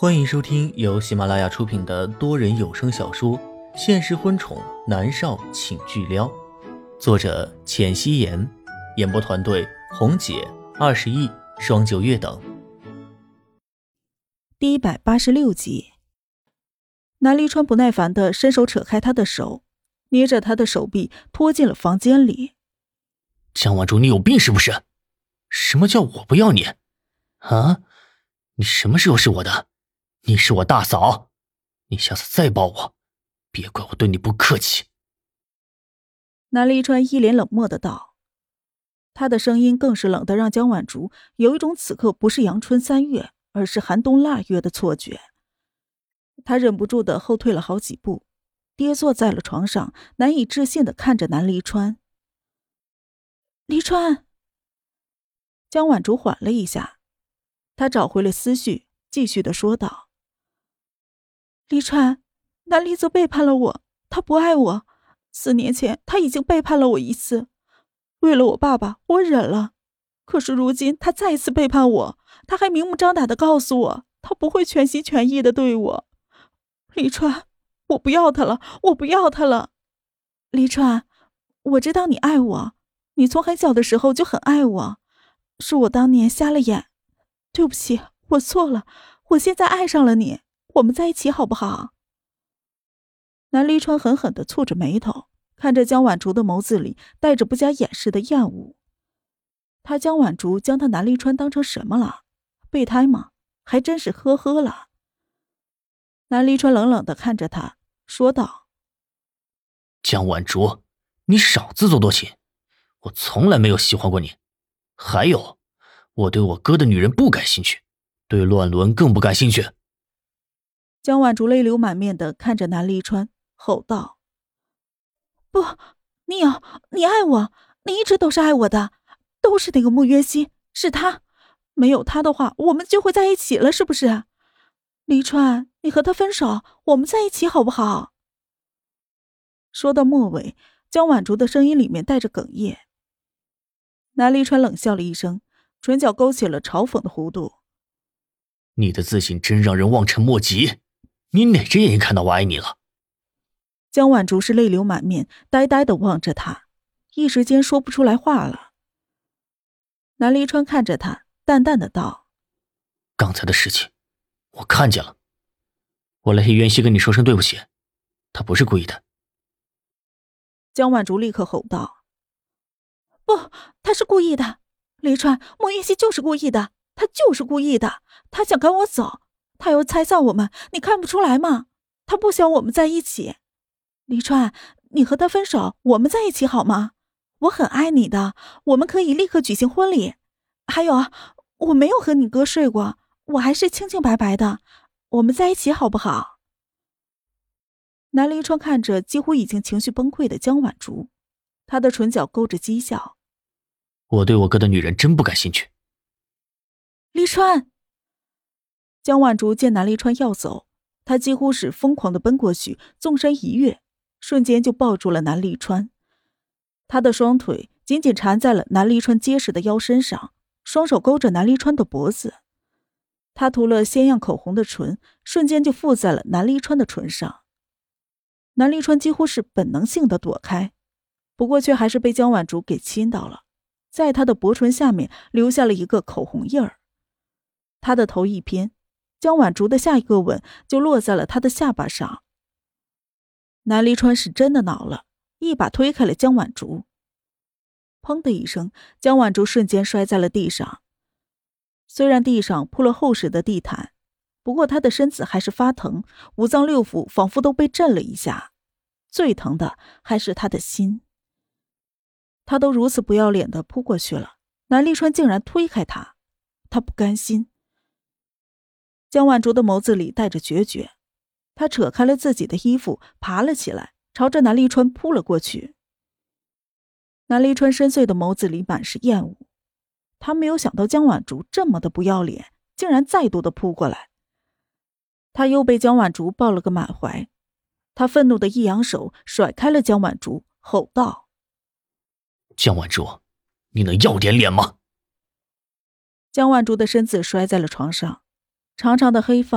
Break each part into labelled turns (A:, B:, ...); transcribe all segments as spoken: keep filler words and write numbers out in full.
A: 欢迎收听由喜马拉雅出品的多人有声小说《现实婚宠男少请巨撩》，作者浅汐颜，演播团队红姐、二十亿、双九月等。
B: 第一百八十六集，南离川不耐烦地伸手扯开他的手，捏着他的手臂拖进了房间里。
C: 江晚竹，你有病是不是？什么叫我不要你？啊？你什么时候是我的？你是我大嫂，你下次再抱我，别怪我对你不客气。
B: 南离川一脸冷漠的道，他的声音更是冷得让江晚竹有一种此刻不是阳春三月，而是寒冬腊月的错觉。他忍不住的后退了好几步，跌坐在了床上，难以置信的看着南离川。离川。江晚竹缓了一下，他找回了思绪，继续的说道，离川，南离泽背叛了我，他不爱我，四年前他已经背叛了我一次，为了我爸爸我忍了，可是如今他再一次背叛我，他还明目张胆的告诉我他不会全心全意的对我。离川，我不要他了，我不要他了。离川，我知道你爱我，你从很小的时候就很爱我，是我当年瞎了眼，对不起，我错了，我现在爱上了你，我们在一起好不好？南离川狠狠地蹙着眉头，看着江晚竹的眸子里带着不加掩饰的厌恶。他江晚竹将他南离川当成什么了？备胎吗？还真是呵呵了。南离川冷冷地看着他，说道，
C: 江晚竹，你少自作多情，我从来没有喜欢过你。还有，我对我哥的女人不感兴趣，对乱伦更不感兴趣。
B: 江晚竹泪流满面地看着南离川，吼道，不，你有，你爱我，你一直都是爱我的，都是那个穆约熙，是他，没有他的话我们就会在一起了，是不是？离川，你和他分手，我们在一起好不好？说到末尾，江晚竹的声音里面带着哽咽。南离川冷笑了一声，唇角勾起了嘲讽的弧度。
C: 你的自信真让人望尘莫及，你哪只眼睛看到我爱你了？
B: 江晚竹是泪流满面，呆呆地望着他，一时间说不出来话了。南离川看着他，淡淡的道，
C: 刚才的事情我看见了，我来黑渊熙跟你说声对不起，他不是故意的。
B: 江晚竹立刻吼道，不，他是故意的，离川，莫云熙就是故意的，他就是故意的，他想赶我走，他要拆散我们，你看不出来吗？他不想我们在一起。离川，你和他分手，我们在一起好吗？我很爱你的，我们可以立刻举行婚礼。还有啊，我没有和你哥睡过，我还是清清白白的，我们在一起好不好？南离川看着几乎已经情绪崩溃的江晚竹，他的唇角勾着讥笑，
C: 我对我哥的女人真不感兴趣。
B: 离川。江晚竹见南离川要走，他几乎是疯狂地奔过去，纵身一跃，瞬间就抱住了南离川。他的双腿紧紧缠在了南离川结实的腰身上，双手勾着南离川的脖子。他涂了鲜艳口红的唇瞬间就附在了南离川的唇上。南离川几乎是本能性地躲开，不过却还是被江晚竹给亲到了，在他的薄唇下面留下了一个口红印儿。他的头一偏，江晚竹的下一个吻就落在了他的下巴上。南离川是真的恼了，一把推开了江晚竹。砰的一声，江晚竹瞬间摔在了地上。虽然地上铺了厚实的地毯，不过他的身子还是发疼，五脏六腑仿佛都被震了一下，最疼的还是他的心。他都如此不要脸地扑过去了，南离川竟然推开他，他不甘心。江晚竹的眸子里带着决绝，他扯开了自己的衣服，爬了起来，朝着南离川扑了过去。南离川深邃的眸子里满是厌恶，他没有想到江晚竹这么的不要脸，竟然再度的扑过来。他又被江晚竹抱了个满怀，他愤怒的一扬手甩开了江晚竹，吼道，
C: 江晚竹，你能要点脸吗？
B: 江晚竹的身子摔在了床上，长长的黑发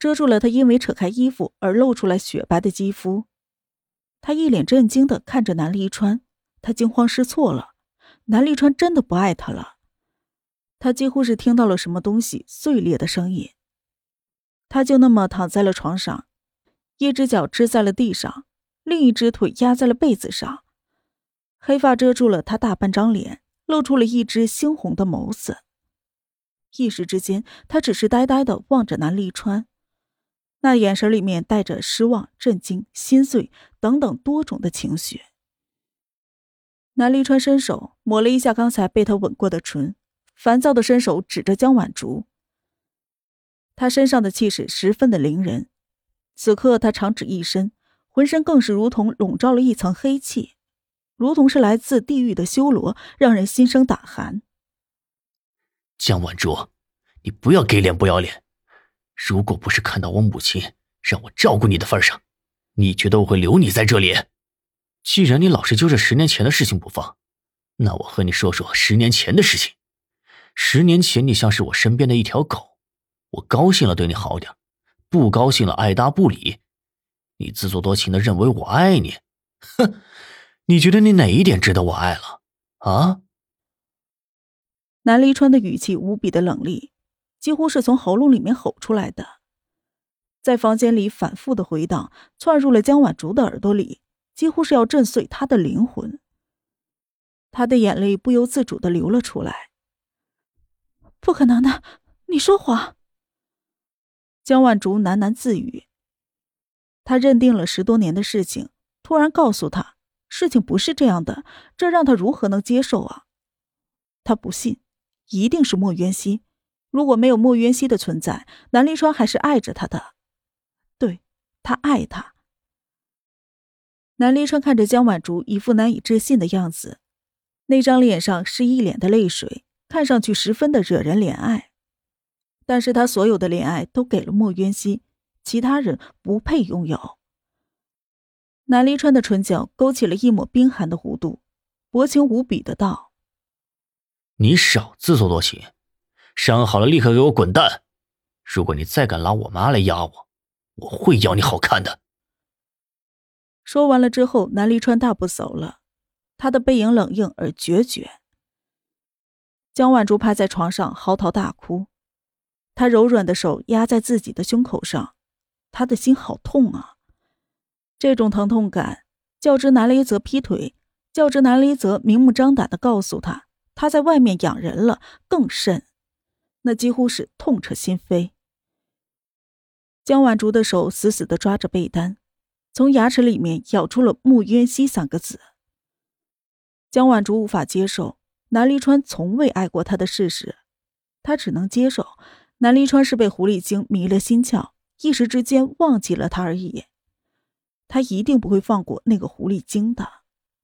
B: 遮住了他因为扯开衣服而露出来雪白的肌肤。他一脸震惊地看着南离川，他惊慌失措了，南离川真的不爱他了。他几乎是听到了什么东西碎裂的声音。他就那么躺在了床上，一只脚支在了地上，另一只腿压在了被子上，黑发遮住了他大半张脸，露出了一只猩红的眸子。一时之间，他只是呆呆地望着南离川，那眼神里面带着失望、震惊、心碎等等多种的情绪。南离川伸手抹了一下刚才被他吻过的唇，烦躁地伸手指着江晚竹。他身上的气势十分的凌人，此刻他长指一伸，浑身更是如同笼罩了一层黑气，如同是来自地狱的修罗，让人心生胆寒。
C: 江晚竹，你不要给脸不要脸，如果不是看到我母亲让我照顾你的份上，你觉得我会留你在这里？既然你老是揪着十年前的事情不放，那我和你说说十年前的事情。十年前你像是我身边的一条狗，我高兴了对你好点，不高兴了爱搭不理，你自作多情的认为我爱你。哼，你觉得你哪一点值得我爱了啊？
B: 南离川的语气无比的冷厉，几乎是从喉咙里面吼出来的，在房间里反复的回荡，窜入了江晚竹的耳朵里，几乎是要震碎他的灵魂。他的眼泪不由自主的流了出来。不可能的，你说谎。江晚竹喃喃自语。他认定了十多年的事情，突然告诉他事情不是这样的，这让他如何能接受啊？他不信，一定是莫渊熙。如果没有莫渊熙的存在，南离川还是爱着他的。对，他爱他。南离川看着江晚竹一副难以置信的样子，那张脸上是一脸的泪水，看上去十分的惹人怜爱。但是他所有的怜爱都给了莫渊熙，其他人不配拥有。南离川的唇角勾起了一抹冰寒的弧度，薄情无比的道：
C: 你少自作多情，伤好了立刻给我滚蛋！如果你再敢拿我妈来压我，我会要你好看的。
B: 说完了之后，南离川大步走了，他的背影冷硬而决绝。江晚竹趴在床上嚎啕大哭，他柔软的手压在自己的胸口上，他的心好痛啊！这种疼痛感，较之南离泽劈腿，较之南离泽明目张胆地告诉他他在外面养人了更甚，那几乎是痛彻心扉。江晚竹的手死死地抓着被单，从牙齿里面咬出了穆渊熙三个字。江晚竹无法接受南离川从未爱过他的事实，他只能接受南离川是被狐狸精迷了心窍，一时之间忘记了他而已。他一定不会放过那个狐狸精的。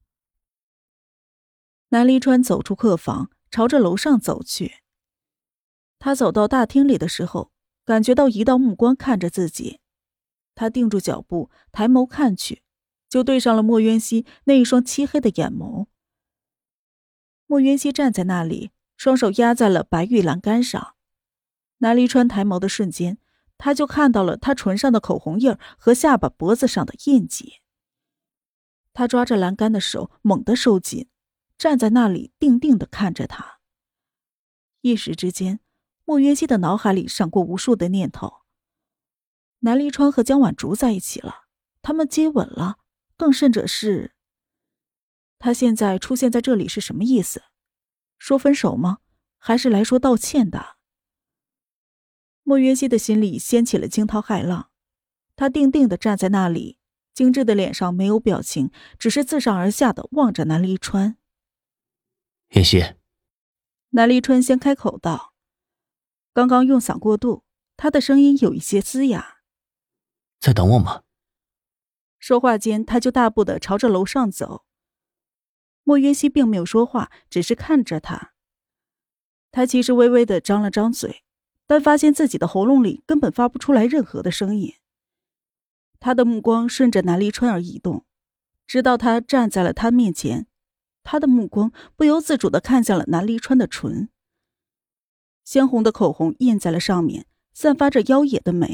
B: 南离川走出客房，朝着楼上走去。他走到大厅里的时候，感觉到一道目光看着自己。他定住脚步，抬眸看去，就对上了莫渊熙那一双漆黑的眼眸。莫渊熙站在那里，双手压在了白玉栏杆上。南离川抬眸的瞬间，他就看到了他唇上的口红印和下巴脖子上的印记。他抓着栏杆的手猛地收紧，站在那里定定地看着他。一时之间，莫渊熙的脑海里闪过无数的念头。南离川和江晚竹在一起了，他们接吻了，更甚者是……他现在出现在这里是什么意思？说分手吗？还是来说道歉的？莫渊熙的心里掀起了惊涛骇浪，他定定地站在那里，精致的脸上没有表情，只是自上而下的望着南离川。
C: 渊熙。
B: 南离川先开口道，刚刚用嗓过度，他的声音有一些嘶哑。
C: 在等我吗？
B: 说话间，他就大步地朝着楼上走。莫渊熙并没有说话，只是看着他。他其实微微地张了张嘴，但发现自己的喉咙里根本发不出来任何的声音。他的目光顺着南离川而移动，直到他站在了他面前，他的目光不由自主地看向了南离川的唇。鲜红的口红印在了上面，散发着妖冶的美，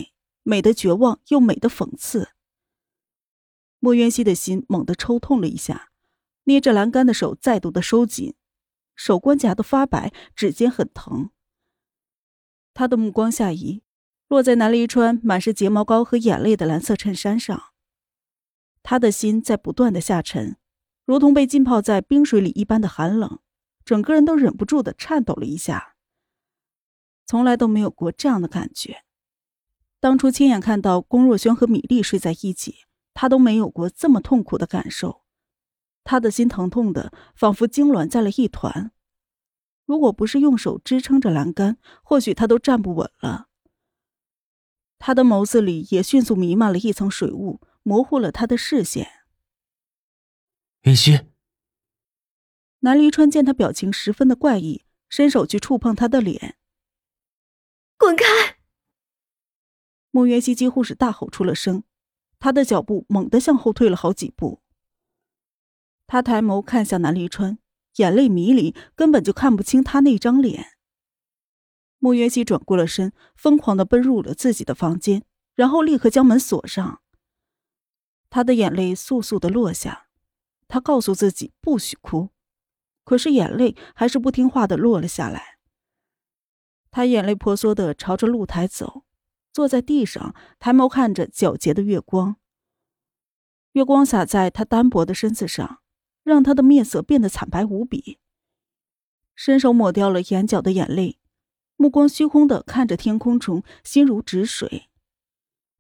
B: 美的绝望又美的讽刺。莫渊熙的心猛地抽痛了一下，捏着栏杆的手再度的收紧，手关夹得发白，指尖很疼。他的目光下移，落在南离川满是睫毛膏和眼泪的蓝色衬衫上。他的心在不断的下沉，如同被浸泡在冰水里一般的寒冷，整个人都忍不住的颤抖了一下。从来都没有过这样的感觉。当初亲眼看到龚若轩和米粒睡在一起，他都没有过这么痛苦的感受。他的心疼痛的仿佛痉挛在了一团，如果不是用手支撑着栏杆，或许他都站不稳了。他的眸子里也迅速弥漫了一层水雾，模糊了他的视线。
C: 云溪。
B: 南离川见他表情十分的怪异，伸手去触碰他的脸。
D: 滚开！
B: 莫渊熙几乎是大吼出了声，他的脚步猛地向后退了好几步。他抬眸看向南离川，眼泪迷离，根本就看不清他那张脸。莫渊熙转过了身，疯狂地奔入了自己的房间，然后立刻将门锁上。他的眼泪簌簌地落下，他告诉自己不许哭，可是眼泪还是不听话地落了下来。他眼泪婆娑地朝着露台走，坐在地上，抬眸看着皎洁的月光。月光洒在他单薄的身子上，让他的面色变得惨白无比。伸手抹掉了眼角的眼泪，目光虚空地看着天空中，心如止水。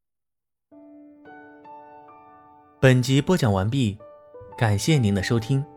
A: 本集播讲完毕，感谢您的收听。